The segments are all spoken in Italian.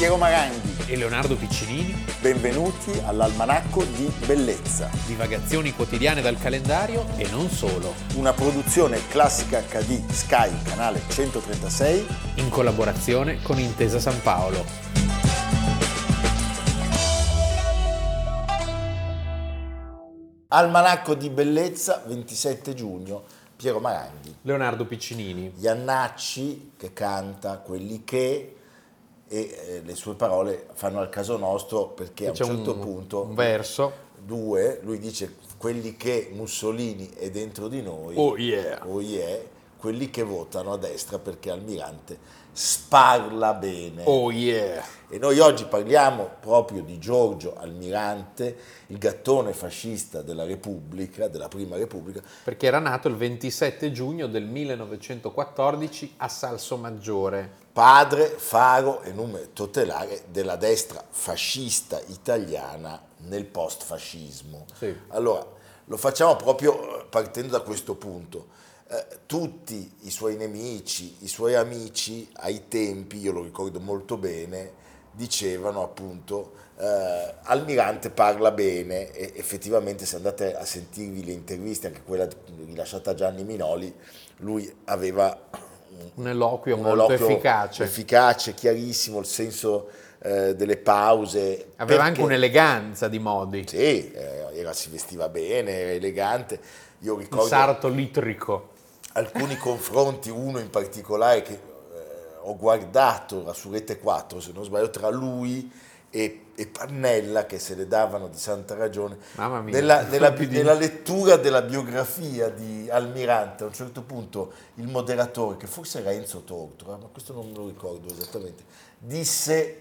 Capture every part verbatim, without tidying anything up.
Piero Maranghi e Leonardo Piccinini. Benvenuti all'Almanacco di Bellezza. Divagazioni quotidiane dal calendario e non solo. Una produzione Classica acca di Sky, canale centotrentasei. In collaborazione con Intesa San Paolo. Almanacco di Bellezza, ventisette giugno. Piero Maranghi. Leonardo Piccinini. Iannacci che canta Quelli che... e eh, le sue parole fanno al caso nostro, perché a un C'è certo un, punto un verso due, lui dice quelli che Mussolini è dentro di noi, oh yeah, oh yeah, quelli che votano a destra perché Almirante sparla bene. Oh yeah. E noi oggi parliamo proprio di Giorgio Almirante, il gattone fascista della Repubblica, della Prima Repubblica. Perché era nato il ventisette giugno del millenovecentoquattordici a Salsomaggiore. Padre, faro e nume tutelare della destra fascista italiana nel post-fascismo. Sì. Allora, lo facciamo proprio partendo da questo punto. Eh, tutti i suoi nemici, i suoi amici, ai tempi, io lo ricordo molto bene, dicevano appunto eh, Almirante parla bene, e effettivamente se andate a sentirvi le interviste, anche quella rilasciata a Gianni Minoli, lui aveva un eloquio un molto eloquio efficace. efficace, chiarissimo, il senso eh, delle pause. Aveva perché, anche un'eleganza di modi. Sì, eh, era, si vestiva bene, era elegante. Io ricordo il sarto litrico. Alcuni confronti, uno in particolare che eh, ho guardato su Rete quattro, se non sbaglio, tra lui e, e Pannella, che se ne davano di santa ragione. Mamma mia, nella, nella, di... nella lettura della biografia di Almirante, a un certo punto il moderatore, che forse era Enzo Tortora, ma questo non me lo ricordo esattamente, disse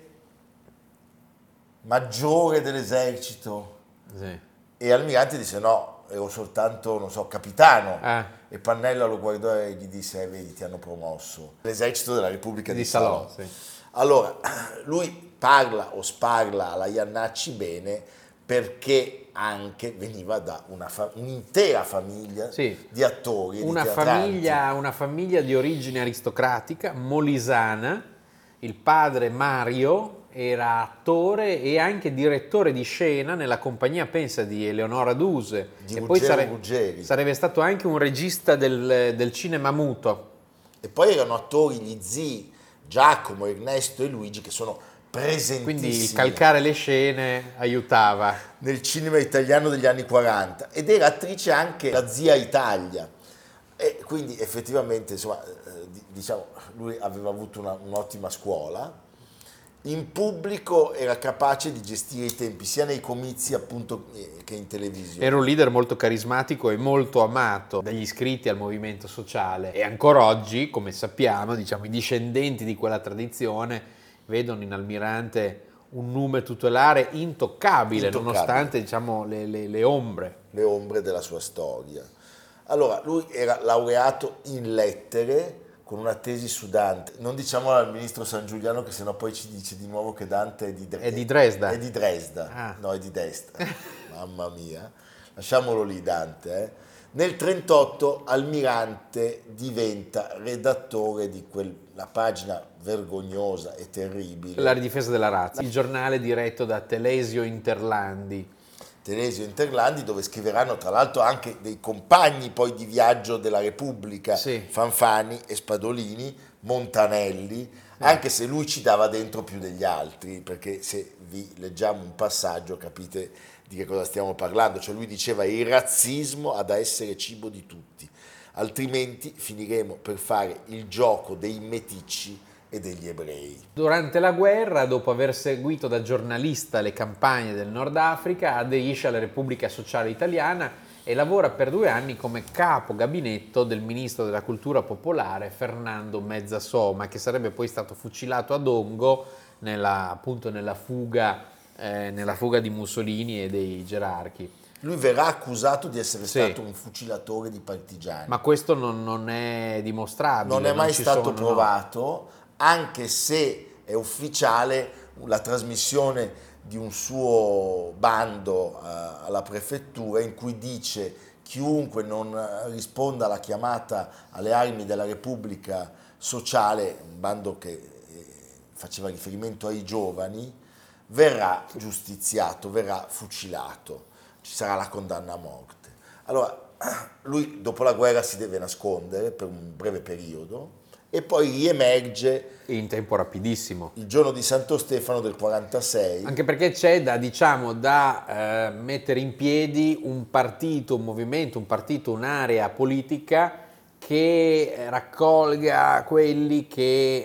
maggiore dell'esercito, sì. E Almirante disse no, ero soltanto, non so, capitano. Eh. E Pannella lo guardò e gli disse, eh, vedi, ti hanno promosso. L'esercito della Repubblica di, di Salò. Salò. Sì. Allora, lui parla o sparla alla Iannacci bene perché anche veniva da una fa- un'intera famiglia sì. di attori e una di famiglia, una famiglia di origine aristocratica, molisana. Il padre Mario era attore e anche direttore di scena nella compagnia, pensa, di Eleonora Duse, di e Ruggero poi sare- Ruggeri. sarebbe stato anche un regista del, del cinema muto. E poi erano attori gli zii Giacomo, Ernesto e Luigi, che sono presentissimi. Quindi il calcare le scene aiutava. Nel cinema italiano degli anni quaranta. Ed era attrice anche la zia Italia. E quindi effettivamente, insomma, diciamo, lui aveva avuto una, un'ottima scuola. In pubblico era capace di gestire i tempi, sia nei comizi appunto che in televisione. Era un leader molto carismatico e molto amato dagli iscritti al movimento sociale. E ancora oggi, come sappiamo, diciamo, i discendenti di quella tradizione vedono in Almirante un nume tutelare intoccabile, intoccabile. nonostante, diciamo, le, le, le ombre. Le ombre della sua storia. Allora, lui era laureato in lettere, con una tesi su Dante. Non diciamo al ministro San Giuliano, che sennò poi ci dice di nuovo che Dante è di, Dre- è di Dresda. È di Dresda, ah. no, è di destra. Mamma mia. Lasciamolo lì Dante. Eh. Nel trentotto Almirante diventa redattore di quella pagina vergognosa e terribile. La ridifesa della razza, il giornale diretto da Telesio Interlandi. Telesio Interlandi, dove scriveranno tra l'altro anche dei compagni poi di viaggio della Repubblica, sì. Fanfani e Spadolini, Montanelli, sì. Anche se lui ci dava dentro più degli altri, perché se vi leggiamo un passaggio capite di che cosa stiamo parlando, cioè lui diceva il razzismo ha da essere cibo di tutti, altrimenti finiremo per fare il gioco dei meticci e degli ebrei. Durante la guerra, dopo aver seguito da giornalista le campagne del Nord Africa, aderisce alla Repubblica Sociale Italiana e lavora per due anni come capo gabinetto del ministro della Cultura Popolare Fernando Mezzasoma, che sarebbe poi stato fucilato a Dongo nella, appunto nella fuga, eh, nella fuga di Mussolini e dei gerarchi. Lui verrà accusato di essere sì. stato un fucilatore di partigiani. Ma questo non, non è dimostrabile. Non è mai non stato sono, provato, no. Anche se è ufficiale la trasmissione di un suo bando uh, alla prefettura in cui dice chiunque non risponda alla chiamata alle armi della Repubblica Sociale, un bando che faceva riferimento ai giovani, verrà giustiziato, verrà fucilato, ci sarà la condanna a morte. Allora, lui dopo la guerra si deve nascondere per un breve periodo e poi riemerge in tempo rapidissimo. Il giorno di Santo Stefano del quarantasei. Anche perché c'è da, diciamo, da eh, mettere in piedi un partito, un movimento, un partito, un'area politica che raccolga quelli che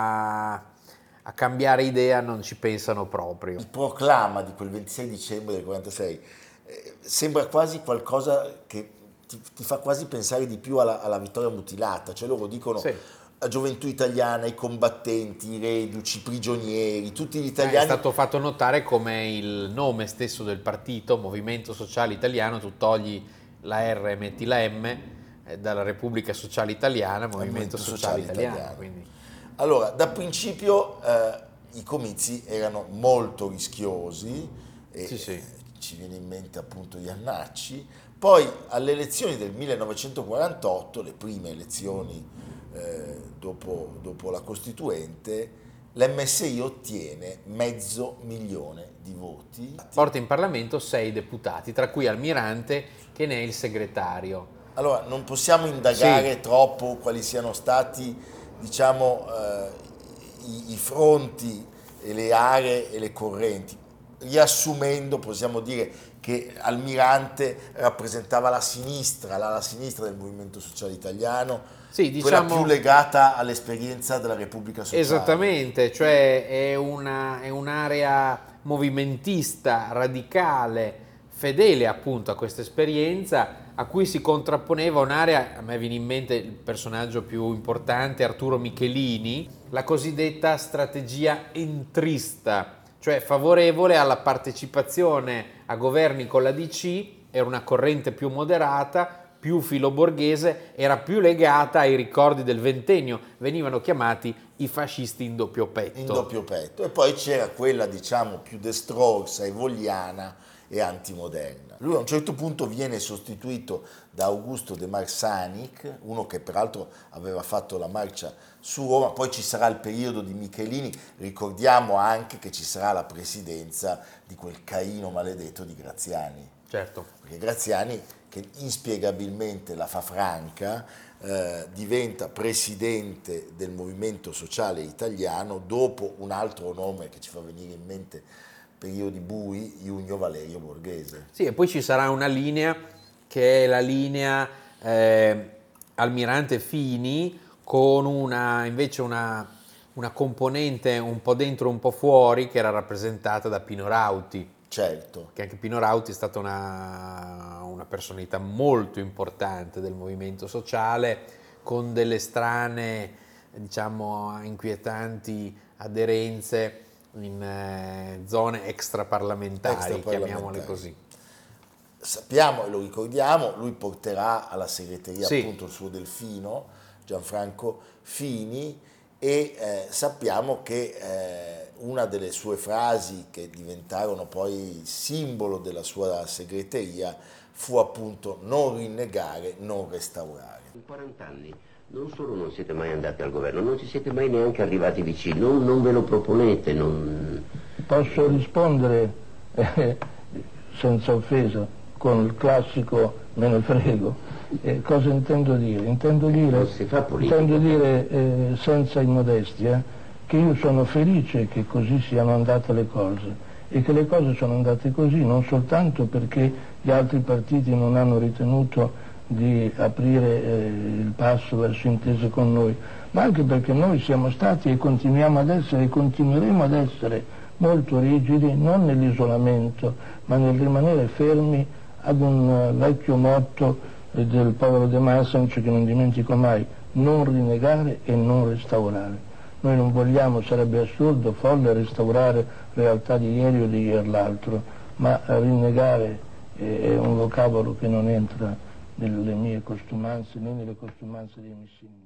a, a cambiare idea non ci pensano proprio. Il proclama di quel ventisei dicembre del quarantasei eh, sembra quasi qualcosa che ti, ti fa quasi pensare di più alla, alla vittoria mutilata, cioè loro dicono sì. la gioventù italiana, i combattenti, i reduci, i prigionieri, tutti gli italiani. È stato fatto notare come il nome stesso del partito, Movimento Sociale Italiano, tu togli la R e metti la M, eh, dalla Repubblica Sociale Italiana, Movimento, Movimento Sociale, Sociale Italiano. Italiano. Quindi. Allora, da principio eh, i comizi erano molto rischiosi, e sì, sì. ci viene in mente appunto Iannacci, poi alle elezioni del millenovecentoquarantotto, le prime elezioni Eh, dopo, dopo la Costituente, l'M S I ottiene mezzo milione di voti. Porta in Parlamento sei deputati, tra cui Almirante, che ne è il segretario. Allora, non possiamo indagare sì. troppo quali siano stati, diciamo, eh, i, i fronti e le aree e le correnti. Riassumendo, possiamo dire che Almirante rappresentava la sinistra, la, la sinistra del Movimento Sociale Italiano, sì, diciamo, quella più legata all'esperienza della Repubblica Sociale. Esattamente, cioè è, una, è un'area movimentista, radicale, fedele appunto a questa esperienza, a cui si contrapponeva un'area, a me viene in mente il personaggio più importante, Arturo Michelini, la cosiddetta strategia entrista, cioè favorevole alla partecipazione a governi con la D C, era una corrente più moderata, più filoborghese, era più legata ai ricordi del ventennio, venivano chiamati i fascisti in doppio petto. In doppio petto. E poi c'era quella, diciamo, più destrorsa, evoliana e antimoderna. Lui a un certo punto viene sostituito da Augusto De Marsanic, uno che peraltro aveva fatto la marcia su Roma, poi ci sarà il periodo di Michelini, ricordiamo anche che ci sarà la presidenza di quel Caino maledetto di Graziani. Certo. Perché Graziani, che inspiegabilmente la fa franca, eh, diventa presidente del Movimento Sociale Italiano dopo un altro nome che ci fa venire in mente periodi bui, Junio Valerio Borghese. Sì, e poi ci sarà una linea che è la linea eh, Almirante Fini, con una, invece una, una componente un po' dentro un po' fuori, che era rappresentata da Pino Rauti. Certo. Che anche Pino Rauti è stata una, una personalità molto importante del movimento sociale, con delle strane, diciamo, inquietanti aderenze in eh, zone extraparlamentari, extraparlamentari, chiamiamole così. Sappiamo e lo ricordiamo, lui porterà alla segreteria sì. appunto il suo delfino, Gianfranco Fini, e eh, sappiamo che eh, una delle sue frasi che diventarono poi simbolo della sua segreteria fu appunto non rinnegare, non restaurare. In quaranta anni non solo non siete mai andati al governo, non ci siete mai neanche arrivati vicini, non, non ve lo proponete. Non... Posso rispondere eh, senza offesa con il classico me ne frego. Eh, cosa intendo dire? Intendo dire, intendo dire eh, senza immodestia, che io sono felice che così siano andate le cose e che le cose sono andate così non soltanto perché gli altri partiti non hanno ritenuto di aprire eh, il passo verso intese con noi, ma anche perché noi siamo stati e continuiamo ad essere e continueremo ad essere molto rigidi, non nell'isolamento, ma nel rimanere fermi ad un uh, vecchio motto del povero De Marsanic che non dimentico mai: non rinnegare e non restaurare. Noi non vogliamo, sarebbe assurdo, folle, restaurare realtà di ieri o di ieri l'altro, ma rinnegare è un vocabolo che non entra nelle mie costumanze né nelle costumanze dei missini.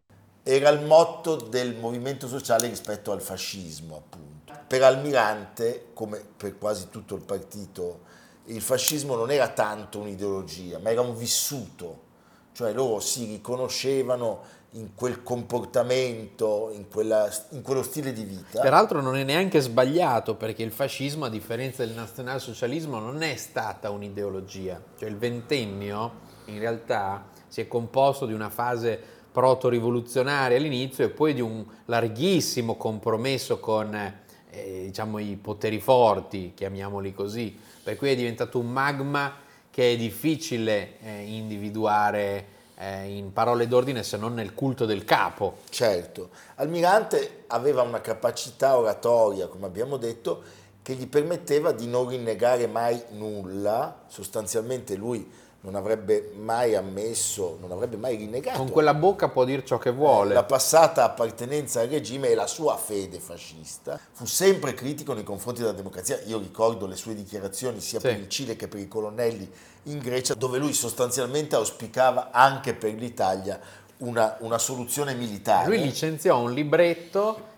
Era il motto del movimento sociale rispetto al fascismo, appunto. Per Almirante, come per quasi tutto il partito, il fascismo non era tanto un'ideologia, ma era un vissuto, cioè loro si riconoscevano in quel comportamento, in, quella, in quello stile di vita. Peraltro non è neanche sbagliato, perché il fascismo, a differenza del nazionalsocialismo, non è stata un'ideologia. Cioè il ventennio in realtà si è composto di una fase proto-rivoluzionaria all'inizio e poi di un larghissimo compromesso con eh, diciamo i poteri forti, chiamiamoli così, per cui è diventato un magma che è difficile eh, individuare eh, in parole d'ordine se non nel culto del capo. Certo, Almirante aveva una capacità oratoria, come abbiamo detto, che gli permetteva di non rinnegare mai nulla. Sostanzialmente lui non avrebbe mai ammesso, non avrebbe mai rinnegato. Con quella bocca può dire ciò che vuole. La passata appartenenza al regime e la sua fede fascista. Fu sempre critico nei confronti della democrazia. Io ricordo le sue dichiarazioni sia sì. per il Cile che per i colonnelli in Grecia, dove lui sostanzialmente auspicava anche per l'Italia una, una soluzione militare. Lui licenziò un libretto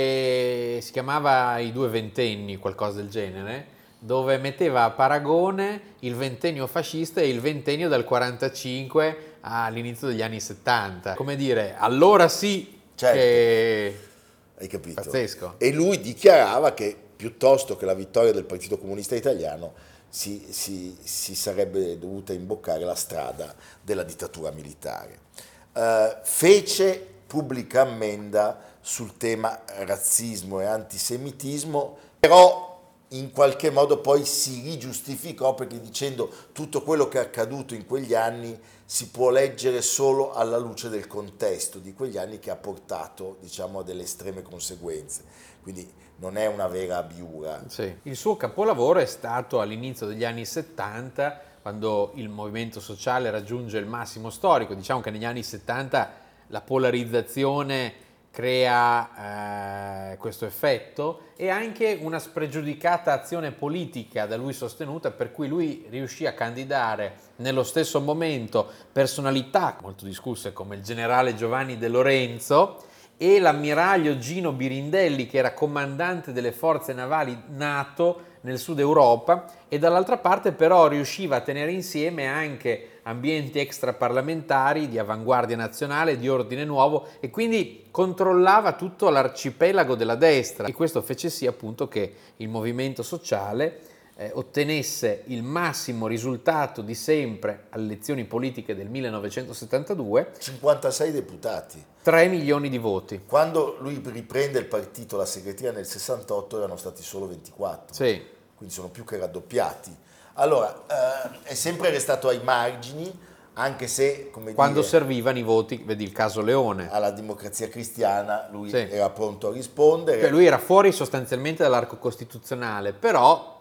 che si chiamava I due ventenni, qualcosa del genere, dove metteva a paragone il ventennio fascista e il ventennio dal quarantacinque all'inizio degli anni settanta. Come dire, allora sì, certo, che... Hai capito? Pazzesco. E lui dichiarava che piuttosto che la vittoria del Partito Comunista Italiano si, si, si sarebbe dovuta imboccare la strada della dittatura militare. Uh, fece pubblica ammenda sul tema razzismo e antisemitismo, però in qualche modo poi si rigiustificò, perché dicendo tutto quello che è accaduto in quegli anni si può leggere solo alla luce del contesto di quegli anni, che ha portato, diciamo, a delle estreme conseguenze. Quindi non è una vera abiura. Sì. Il suo capolavoro è stato all'inizio degli anni settanta, quando il movimento sociale raggiunge il massimo storico. Diciamo che negli anni settanta la polarizzazione crea eh, questo effetto, e anche una spregiudicata azione politica da lui sostenuta, per cui lui riuscì a candidare nello stesso momento personalità molto discusse come il generale Giovanni De Lorenzo e l'ammiraglio Gino Birindelli, che era comandante delle forze navali NATO nel sud Europa, e dall'altra parte però riusciva a tenere insieme anche ambienti extraparlamentari di avanguardia nazionale, di ordine nuovo, e quindi controllava tutto l'arcipelago della destra, e questo fece sì appunto che il movimento sociale eh, ottenesse il massimo risultato di sempre alle elezioni politiche del millenovecentosettantadue, cinquantasei deputati, tre milioni di voti. Quando lui riprende il partito, la segreteria nel sessantotto erano stati solo ventiquattro, sì. Quindi sono più che raddoppiati. Allora, eh, è sempre restato ai margini, anche se, come quando dire, servivano i voti, vedi il caso Leone. Alla Democrazia Cristiana lui sì. era pronto a rispondere. Cioè lui era fuori sostanzialmente dall'arco costituzionale, però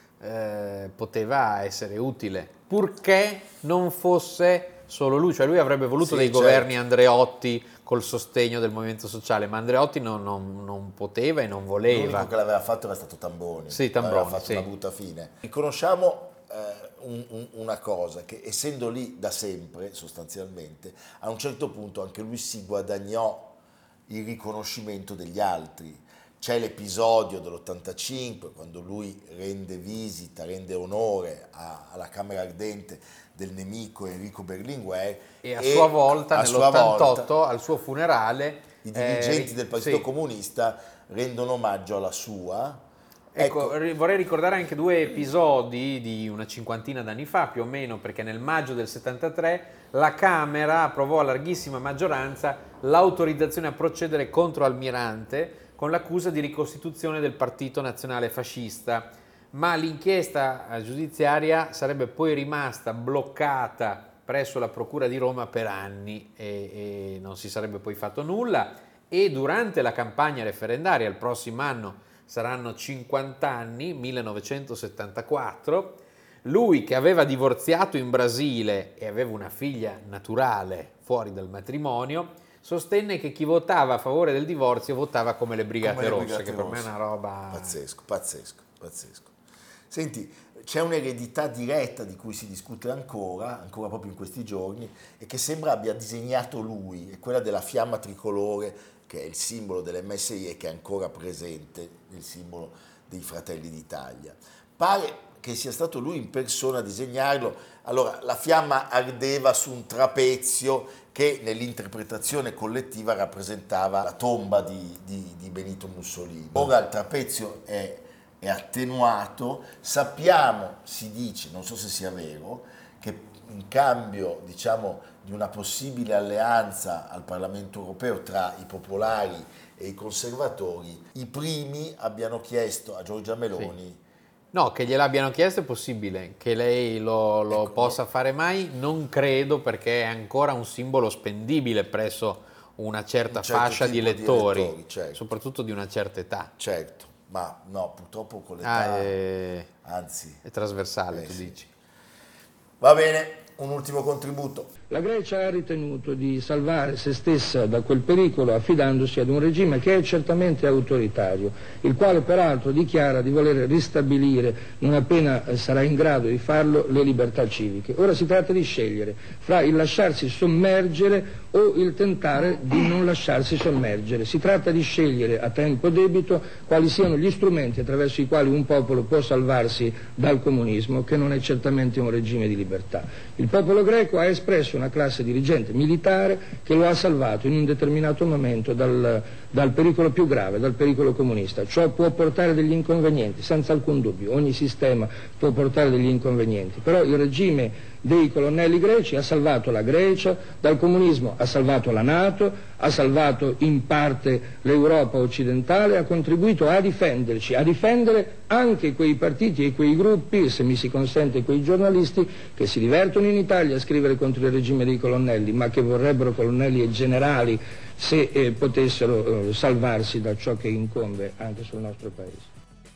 eh, poteva essere utile, purché non fosse solo lui. Cioè lui avrebbe voluto sì, dei certo. governi Andreotti col sostegno del movimento sociale, ma Andreotti non, non, non poteva e non voleva. L'unico che l'aveva fatto era stato Tamboni. Sì, Tamboni, aveva fatto sì. una brutta fine. Riconosciamo eh, un, un, una cosa, che essendo lì da sempre sostanzialmente, a un certo punto anche lui si guadagnò il riconoscimento degli altri. C'è l'episodio dell'ottantacinque, quando lui rende visita, rende onore a, alla Camera Ardente del nemico Enrico Berlinguer, e a e sua volta nell'ottantotto al suo funerale i dirigenti eh, del Partito sì. Comunista rendono omaggio alla sua. Ecco, ecco, vorrei ricordare anche due episodi di una cinquantina d'anni fa più o meno, perché nel maggio del settantatré la Camera approvò a larghissima maggioranza l'autorizzazione a procedere contro Almirante con l'accusa di ricostituzione del Partito Nazionale Fascista, ma l'inchiesta giudiziaria sarebbe poi rimasta bloccata presso la Procura di Roma per anni e, e non si sarebbe poi fatto nulla, e durante la campagna referendaria, il prossimo anno saranno cinquanta anni, millenovecentosettantaquattro, lui, che aveva divorziato in Brasile e aveva una figlia naturale fuori dal matrimonio, sostenne che chi votava a favore del divorzio votava come le Brigate come Rosse, le Brigate che per Rosse. me è una roba... Pazzesco, pazzesco, pazzesco. Senti, c'è un'eredità diretta di cui si discute ancora, ancora proprio in questi giorni, e che sembra abbia disegnato lui, è quella della fiamma tricolore, che è il simbolo dell'M S I e che è ancora presente, il simbolo dei Fratelli d'Italia. Pare che sia stato lui in persona a disegnarlo. Allora, la fiamma ardeva su un trapezio che nell'interpretazione collettiva rappresentava la tomba di, di, di Benito Mussolini. Ora il trapezio è, è attenuato, sappiamo, si dice, non so se sia vero, che in cambio, diciamo, di una possibile alleanza al Parlamento europeo tra i popolari e i conservatori, i primi abbiano chiesto a Giorgia Meloni... Sì. No, che gliel'abbiano chiesto è possibile, che lei lo, lo ecco, possa fare mai, non credo, perché è ancora un simbolo spendibile presso una certa un certo fascia di elettori, di elettori certo. soprattutto di una certa età. Certo, ma no, purtroppo con l'età, ah, è, anzi... È trasversale, eh, tu sì. dici. Va bene, un ultimo contributo. La Grecia ha ritenuto di salvare se stessa da quel pericolo affidandosi ad un regime che è certamente autoritario, il quale peraltro dichiara di voler ristabilire, non appena sarà in grado di farlo, le libertà civiche. Ora si tratta di scegliere fra il lasciarsi sommergere o il tentare di non lasciarsi sommergere. Si tratta di scegliere a tempo debito quali siano gli strumenti attraverso i quali un popolo può salvarsi dal comunismo, che non è certamente un regime di libertà. Il popolo greco ha espresso una classe dirigente militare che lo ha salvato in un determinato momento dal, dal pericolo più grave, dal pericolo comunista. Ciò può portare degli inconvenienti, senza alcun dubbio, ogni sistema può portare degli inconvenienti, però il regime dei colonnelli greci ha salvato la Grecia dal comunismo, ha salvato la NATO, ha salvato in parte l'Europa occidentale, ha contribuito a difenderci, a difendere anche quei partiti e quei gruppi, se mi si consente quei giornalisti, che si divertono in Italia a scrivere contro il regime dei colonnelli, ma che vorrebbero colonnelli e generali se eh, potessero eh, salvarsi da ciò che incombe anche sul nostro Paese.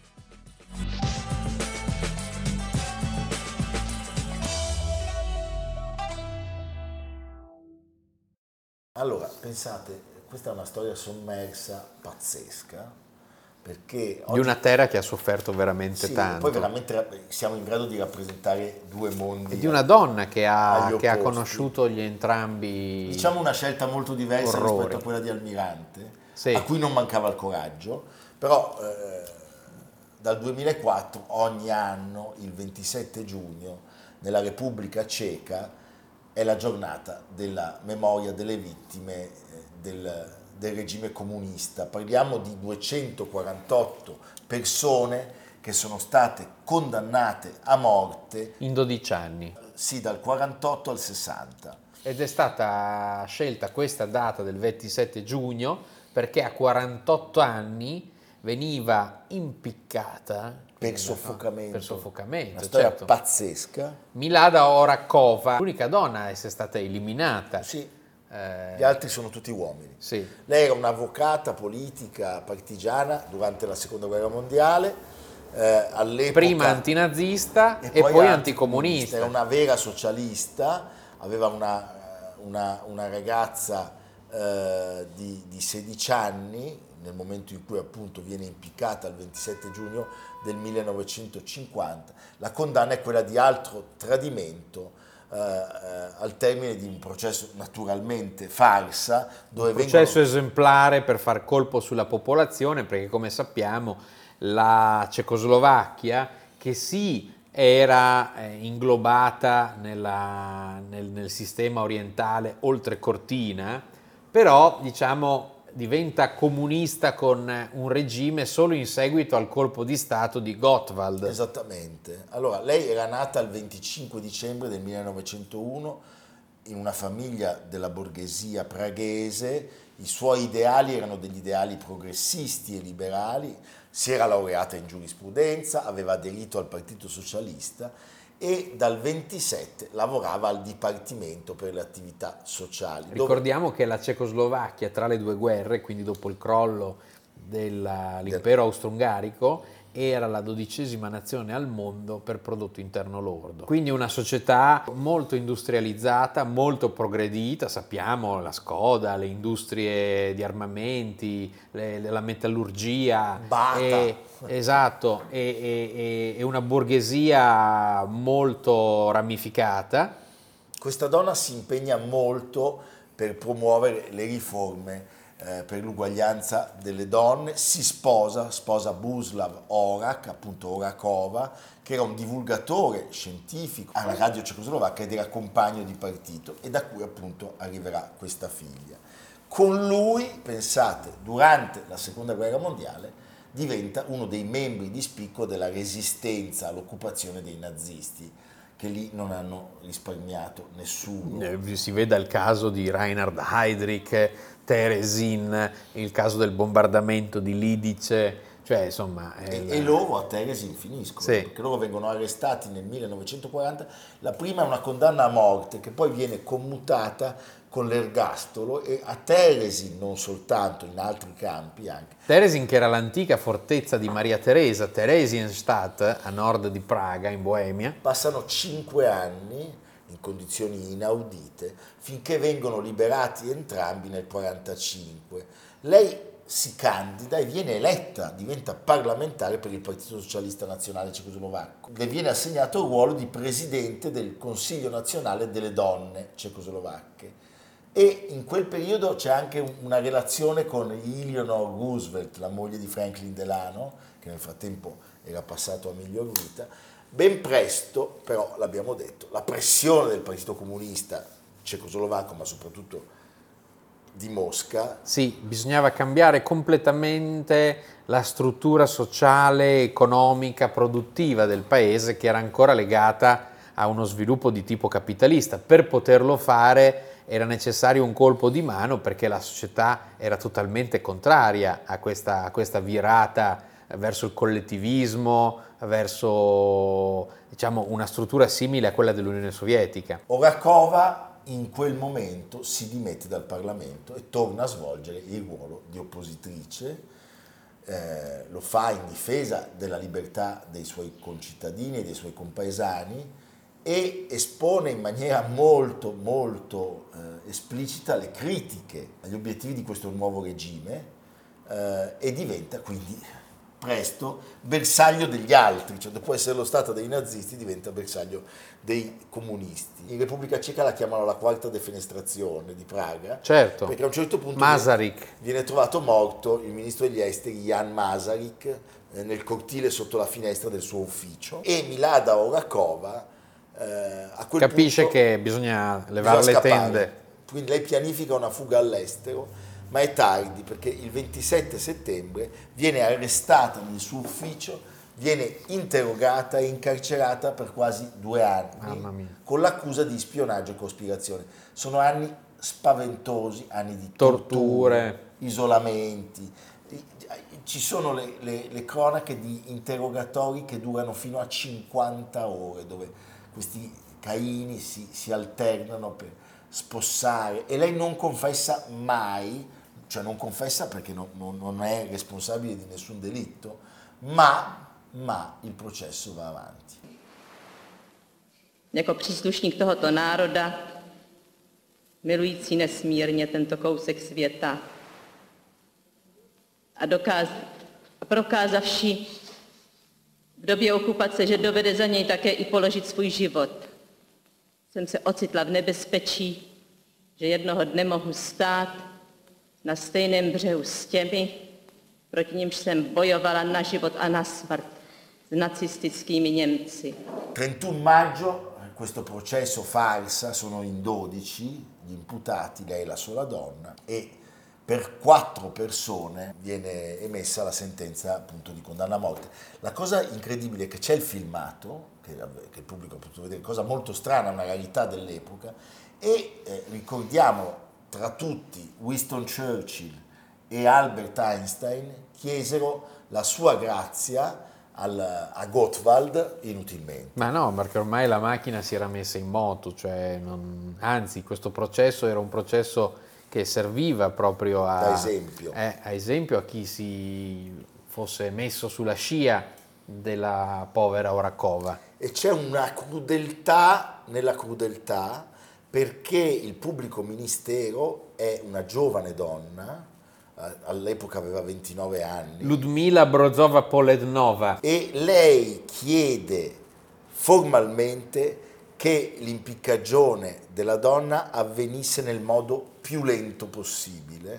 Allora, pensate, questa è una storia sommersa, pazzesca, perché... Oggi, di una terra che ha sofferto veramente sì, tanto. Poi veramente siamo in grado di rappresentare due mondi. E di una donna che ha, che ha conosciuto gli entrambi. Diciamo una scelta molto diversa orrori. rispetto a quella di Almirante, sì. a cui non mancava il coraggio, però eh, dal duemilaquattro ogni anno, il ventisette giugno, nella Repubblica Ceca, è la giornata della memoria delle vittime del, del regime comunista. Parliamo di duecentoquarantotto persone che sono state condannate a morte in dodici anni. Sì, dal quarantotto al sessanta. Ed è stata scelta questa data del ventisette giugno perché a quarantotto anni veniva impiccata per soffocamento, per soffocamento, una storia certo. pazzesca. Milada Horakova, l'unica donna a essere stata eliminata. Sì, eh, gli altri sono tutti uomini. Sì. Lei era un'avvocata politica partigiana durante la seconda guerra mondiale, eh, all'epoca prima antinazista e, e poi, poi anticomunista. Era una vera socialista, aveva una, una, una ragazza eh, di, di sedici anni nel momento in cui appunto viene impiccata il ventisette giugno del millenovecentocinquanta. La condanna è quella di altro tradimento eh, eh, al termine di un processo naturalmente farsa. Dove un processo vengono... esemplare per far colpo sulla popolazione, perché come sappiamo la Cecoslovacchia, che sì era eh, inglobata nella, nel, nel sistema orientale oltre Cortina, però diciamo diventa comunista con un regime solo in seguito al colpo di stato di Gottwald. Esattamente. Allora, lei era nata il venticinque dicembre del millenovecentouno in una famiglia della borghesia praghese. I suoi ideali erano degli ideali progressisti e liberali, si era laureata in giurisprudenza, aveva aderito al Partito Socialista e dal ventisette lavorava al Dipartimento per le attività sociali. Ricordiamo dove... che la Cecoslovacchia, tra le due guerre, quindi dopo il crollo dell'impero austro-ungarico, era la dodicesima nazione al mondo per prodotto interno lordo. Quindi una società molto industrializzata, molto progredita, sappiamo la Skoda, le industrie di armamenti, le, la metallurgia, e, esatto, e, e, e una borghesia molto ramificata. Questa donna si impegna molto per promuovere le riforme eh, per l'uguaglianza delle donne, si sposa, sposa Buslav Horak, appunto Horakova, che era un divulgatore scientifico alla radio cecoslovacca ed era compagno di partito, e da cui appunto arriverà questa figlia. Con lui, pensate, durante la seconda guerra mondiale diventa uno dei membri di spicco della resistenza all'occupazione dei nazisti, che lì non hanno risparmiato nessuno. Eh, si veda il caso di Reinhard Heydrich, Teresin, il caso del bombardamento di Lidice, cioè insomma... E, la... e loro a Teresin finiscono, sì. perché loro vengono arrestati nel millenovecentoquaranta, la prima è una condanna a morte che poi viene commutata con l'ergastolo, e a Teresin, non soltanto, in altri campi anche. Teresin, che era l'antica fortezza di Maria Teresa, Theresienstadt, a nord di Praga, in Boemia. Passano cinque anni in condizioni inaudite, finché vengono liberati entrambi nel millenovecentoquarantacinque. Lei si candida e viene eletta, diventa parlamentare per il Partito Socialista Nazionale Cecoslovacco. Le viene assegnato il ruolo di presidente del Consiglio Nazionale delle Donne Cecoslovacche. E in quel periodo c'è anche una relazione con Eleanor Roosevelt, la moglie di Franklin Delano, che nel frattempo era passato a miglior vita. Ben presto, però, l'abbiamo detto, la pressione del Partito Comunista cecoslovacco, ma soprattutto di Mosca. Sì, bisognava cambiare completamente la struttura sociale, economica, produttiva del paese, che era ancora legata a uno sviluppo di tipo capitalista. Per poterlo fare era necessario un colpo di mano, perché la società era totalmente contraria a questa, a questa virata verso il collettivismo, verso, diciamo, una struttura simile a quella dell'Unione Sovietica. Horakova in quel momento si dimette dal Parlamento e torna a svolgere il ruolo di oppositrice, eh, lo fa in difesa della libertà dei suoi concittadini e dei suoi compaesani, e espone in maniera molto molto eh, esplicita le critiche agli obiettivi di questo nuovo regime, eh, e diventa quindi presto bersaglio degli altri, cioè dopo esserlo stata dei nazisti diventa bersaglio dei comunisti. In Repubblica Ceca la chiamano la quarta defenestrazione di Praga, certo, perché a un certo punto Masaryk. Viene, viene trovato morto il ministro degli esteri Jan Masaryk eh, nel cortile sotto la finestra del suo ufficio, e Milada Horakova eh, a quel capisce punto che bisogna levare bisogna le tende. Quindi lei pianifica una fuga all'estero, ma è tardi, perché il ventisette settembre viene arrestata nel suo ufficio, viene interrogata e incarcerata per quasi due anni con l'accusa di spionaggio e cospirazione. Sono anni spaventosi, anni di torture, torture isolamenti. Ci sono le, le, le cronache di interrogatori che durano fino a cinquanta ore, dove questi caini si, si alternano per spossare, e lei non confessa mai, cioè non confessa perché non, non, non è responsabile di nessun delitto, ma, ma il processo va avanti. Jako příslušník tohoto národa, milující nesmírně tento kousek světa a dokáz, prokázavši v době okupace, že dovede za něj také i položit svůj život, jsem se ocitla v nebezpečí, že jednoho dne mohu stát na stejném břehu s těmi, proti nimž jsem bojovala na život a na smrt s nacistickými Němci. trentuno maggio, questo processo farsa, sono in dodici gli imputati, lei è la sola donna, e per quattro persone viene emessa la sentenza appunto di condanna a morte. La cosa incredibile è che c'è il filmato, che, che il pubblico ha potuto vedere, cosa molto strana, una rarità dell'epoca, e eh, ricordiamo tra tutti Winston Churchill e Albert Einstein chiesero la sua grazia al, a Gottwald inutilmente. Ma no, perché ormai la macchina si era messa in moto, cioè non, anzi questo processo era un processo che serviva proprio a, da esempio. Eh, a esempio a chi si fosse messo sulla scia della povera Horakova. E c'è una crudeltà nella crudeltà, perché il pubblico ministero è una giovane donna, all'epoca aveva ventinove anni, Ludmila Brozova-Polednova, e lei chiede formalmente che l'impiccagione della donna avvenisse nel modo più lento possibile.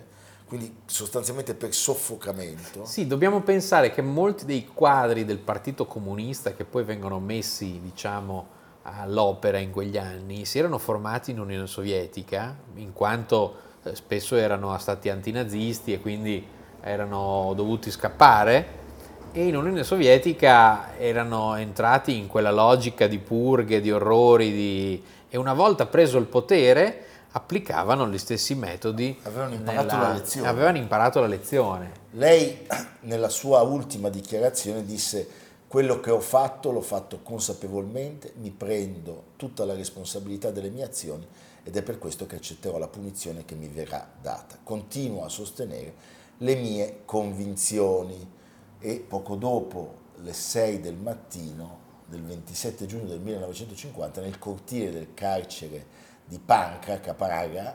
quindi sostanzialmente per soffocamento. Sì, dobbiamo pensare che molti dei quadri del Partito Comunista che poi vengono messi, diciamo, all'opera in quegli anni si erano formati in Unione Sovietica, in quanto eh, spesso erano stati antinazisti e quindi erano dovuti scappare, e in Unione Sovietica erano entrati in quella logica di purghe, di orrori, di... e una volta preso il potere applicavano gli stessi metodi. Avevano imparato nella... la lezione. Avevano imparato la lezione. Lei nella sua ultima dichiarazione disse: quello che ho fatto l'ho fatto consapevolmente, mi prendo tutta la responsabilità delle mie azioni ed è per questo che accetterò la punizione che mi verrà data. Continuo a sostenere le mie convinzioni. E poco dopo le sei del mattino del ventisette giugno del millenovecentocinquanta, nel cortile del carcere di Pankra, Caparaga,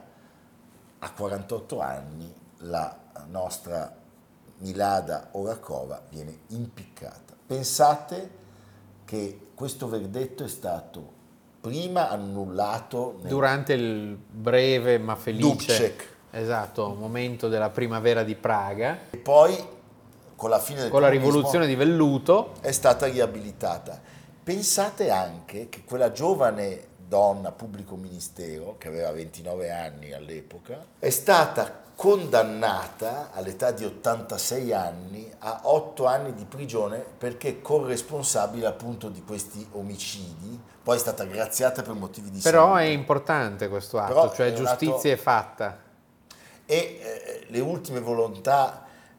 a quarantotto anni, la nostra Milada Horakova viene impiccata. Pensate che questo verdetto è stato prima annullato nel... durante il breve ma felice Dubček. Esatto, momento della primavera di Praga, e poi con la fine del con la comunismo rivoluzione di velluto è stata riabilitata. Pensate anche che quella giovane donna pubblico ministero, che aveva ventinove anni all'epoca, è stata condannata all'età di ottantasei anni a otto anni di prigione perché corresponsabile appunto di questi omicidi. Poi è stata graziata per motivi di però salute. è importante questo atto, Però cioè è un giustizia atto- è fatta. E eh, le ultime volontà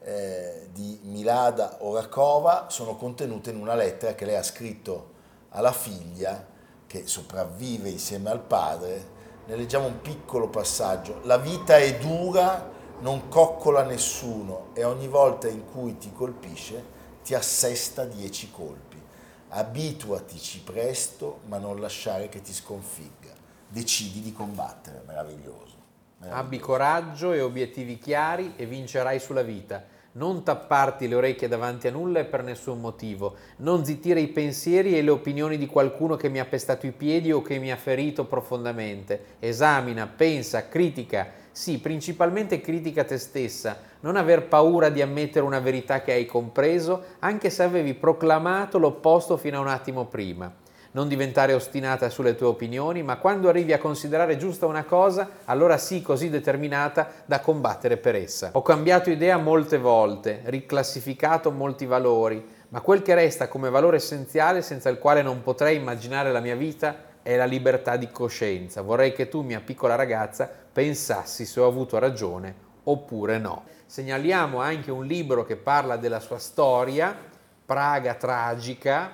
eh, di Milada Horakova sono contenute in una lettera che lei ha scritto alla figlia, che sopravvive insieme al padre. Ne leggiamo un piccolo passaggio. La vita è dura, non coccola nessuno e ogni volta in cui ti colpisce ti assesta dieci colpi. Abituatici presto, ma non lasciare che ti sconfigga. Decidi di combattere. Meraviglioso. Meraviglioso. Abbi coraggio e obiettivi chiari e vincerai sulla vita. Non tapparti le orecchie davanti a nulla e per nessun motivo. Non zittire i pensieri e le opinioni di qualcuno che mi ha pestato i piedi o che mi ha ferito profondamente. Esamina, pensa, critica. Sì, principalmente critica te stessa. Non aver paura di ammettere una verità che hai compreso, anche se avevi proclamato l'opposto fino a un attimo prima. Non diventare ostinata sulle tue opinioni, ma quando arrivi a considerare giusta una cosa, allora sì così determinata da combattere per essa. Ho cambiato idea molte volte, riclassificato molti valori, ma quel che resta come valore essenziale senza il quale non potrei immaginare la mia vita è la libertà di coscienza. Vorrei che tu, mia piccola ragazza, pensassi se ho avuto ragione oppure no. Segnaliamo anche un libro che parla della sua storia, Praga tragica,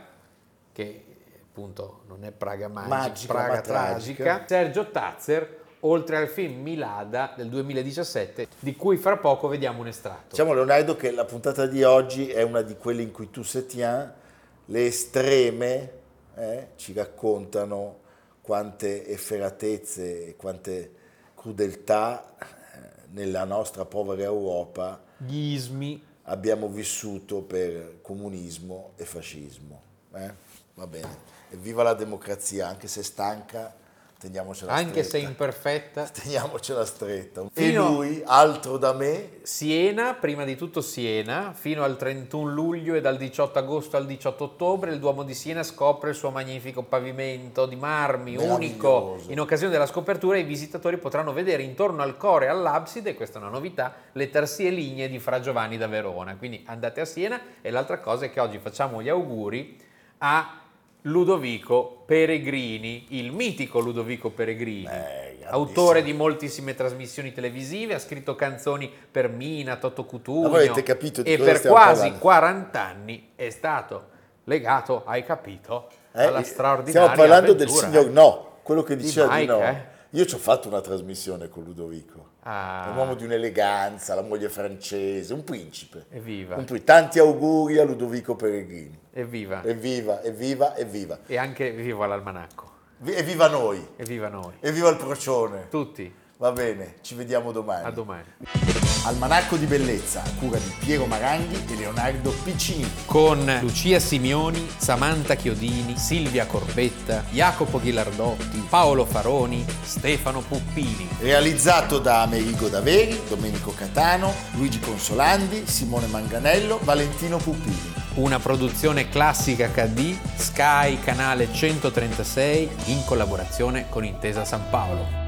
che appunto non è Praga magica, Magica, Praga ma tragica. tragica. Sergio Tazzer, oltre al film Milada del duemiladiciassette, di cui fra poco vediamo un estratto. Diciamo, Leonardo, che la puntata di oggi è una di quelle in cui tu se tiens, le estreme eh, ci raccontano quante efferatezze e quante crudeltà eh, nella nostra povera Europa Gli ismi. abbiamo vissuto per comunismo e fascismo. Eh? Va bene. Evviva la democrazia, anche se stanca, teniamocela Anche stretta. se imperfetta. Teniamocela stretta. E Fino- lui, altro da me, Siena, prima di tutto Siena, fino al trentuno luglio e dal diciotto agosto al diciotto ottobre il Duomo di Siena scopre il suo magnifico pavimento di marmi, unico. Meraviglioso. In occasione della scopertura i visitatori potranno vedere intorno al core e all'abside, questa è una novità, le tarsie lignee di Fra Giovanni da Verona. Quindi andate a Siena, e l'altra cosa è che oggi facciamo gli auguri a Ludovico Peregrini, il mitico Ludovico Peregrini, Eh, autore di moltissime trasmissioni televisive, ha scritto canzoni per Mina, Toto Ma Cutugno, voi avete capito di e cosa per stiamo quasi parlando? quaranta anni è stato legato, hai capito, Eh, alla straordinaria stiamo parlando avventura, del signor No, quello che Di diceva di, Mike, no. eh? Io ci ho fatto una trasmissione con Ludovico. Ah. È un uomo di un'eleganza, la moglie francese, un principe. Evviva, Un pri- Tanti auguri a Ludovico Peregrini. evviva, Evviva, evviva, evviva. e anche viva l'almanacco, Vi- Evviva noi, evviva noi, evviva il procione. tutti. Va bene, ci vediamo domani. A domani. Almanacco di bellezza, a cura di Piero Maranghi e Leonardo Piccini. Con Lucia Simioni, Samantha Chiodini, Silvia Corbetta, Jacopo Ghilardotti, Paolo Faroni, Stefano Puppini. Realizzato da Amerigo Daveri, Domenico Catano, Luigi Consolandi, Simone Manganello, Valentino Puppini. Una produzione Classica acca di, Sky, canale centotrentasei, in collaborazione con Intesa San Paolo.